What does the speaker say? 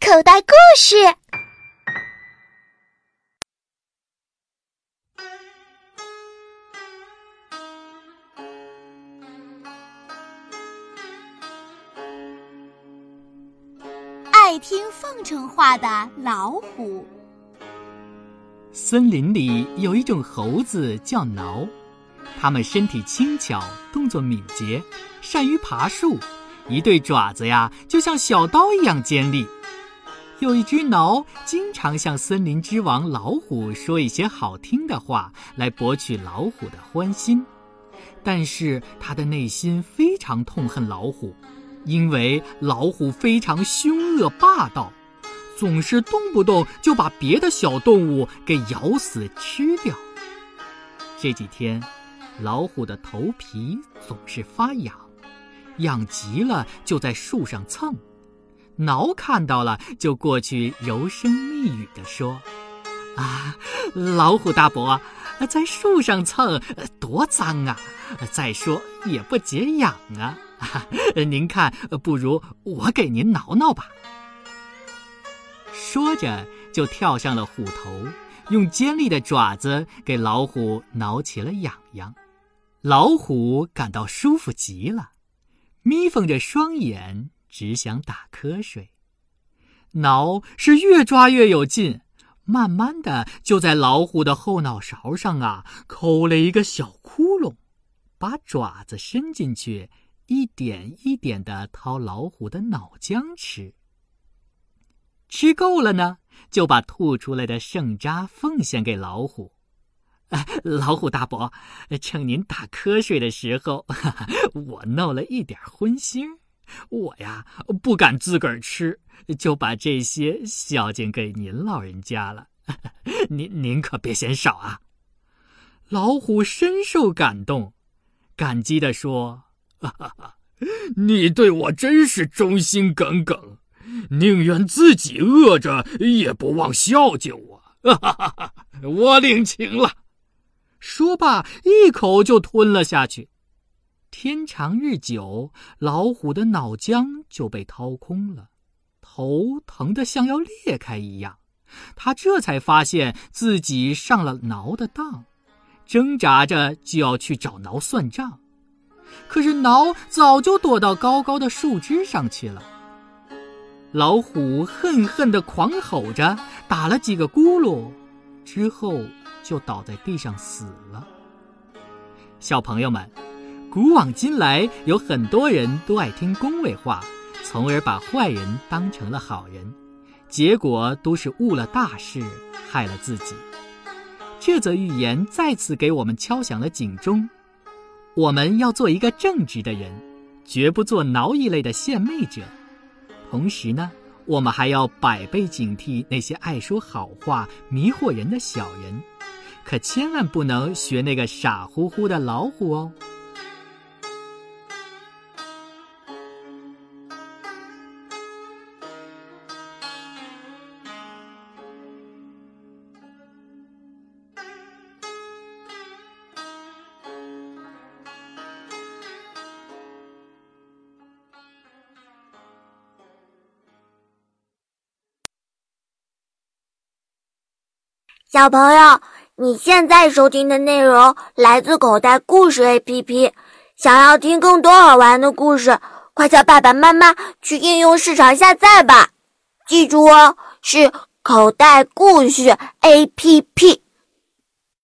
口袋故事。爱听奉承话的老虎。 森林里有一种猴子叫挠，它们身体轻巧，动作敏捷，善于爬树，一对爪子呀就像小刀一样尖利。有一只挠经常向森林之王老虎说一些好听的话来博取老虎的欢心，但是它的内心非常痛恨老虎，因为老虎非常凶恶霸道，总是动不动就把别的小动物给咬死吃掉。这几天老虎的头皮总是发痒，痒极了就在树上蹭。挠看到了就过去柔声蜜语地说：老虎大伯，在树上蹭多脏啊，再说也不解痒啊，您看不如我给您挠挠吧。说着就跳上了虎头，用尖利的爪子给老虎挠起了痒痒。老虎感到舒服极了，眯缝着双眼，只想打瞌睡。挠是越抓越有劲，慢慢的就在老虎的后脑勺上抠了一个小窟窿，把爪子伸进去，一点一点地掏老虎的脑浆吃。吃够了呢，就把吐出来的剩渣奉献给老虎。老虎大伯，趁您打瞌睡的时候，我弄了一点荤腥，我呀不敢自个儿吃，就把这些孝敬给您老人家了。您可别嫌少啊。老虎深受感动，感激地说：你对我真是忠心耿耿，宁愿自己饿着也不忘孝敬我。我领情了。说罢一口就吞了下去。天长日久，老虎的脑浆就被掏空了，头疼得像要裂开一样。他这才发现自己上了挠的当，挣扎着就要去找挠算账。可是挠早就躲到高高的树枝上去了。老虎恨恨地狂吼着，打了几个咕噜，之后就倒在地上死了。小朋友们，古往今来有很多人都爱听恭维话，从而把坏人当成了好人，结果都是误了大事，害了自己。这则寓言再次给我们敲响了警钟，我们要做一个正直的人，绝不做挠一类的献媚者。同时呢，我们还要百倍警惕那些爱说好话迷惑人的小人，可千万不能学那个傻乎乎的老虎哦。 小朋友，你现在收听的内容来自口袋故事 APP。 想要听更多好玩的故事，快叫爸爸妈妈去应用市场下载吧。记住哦，是口袋故事 APP。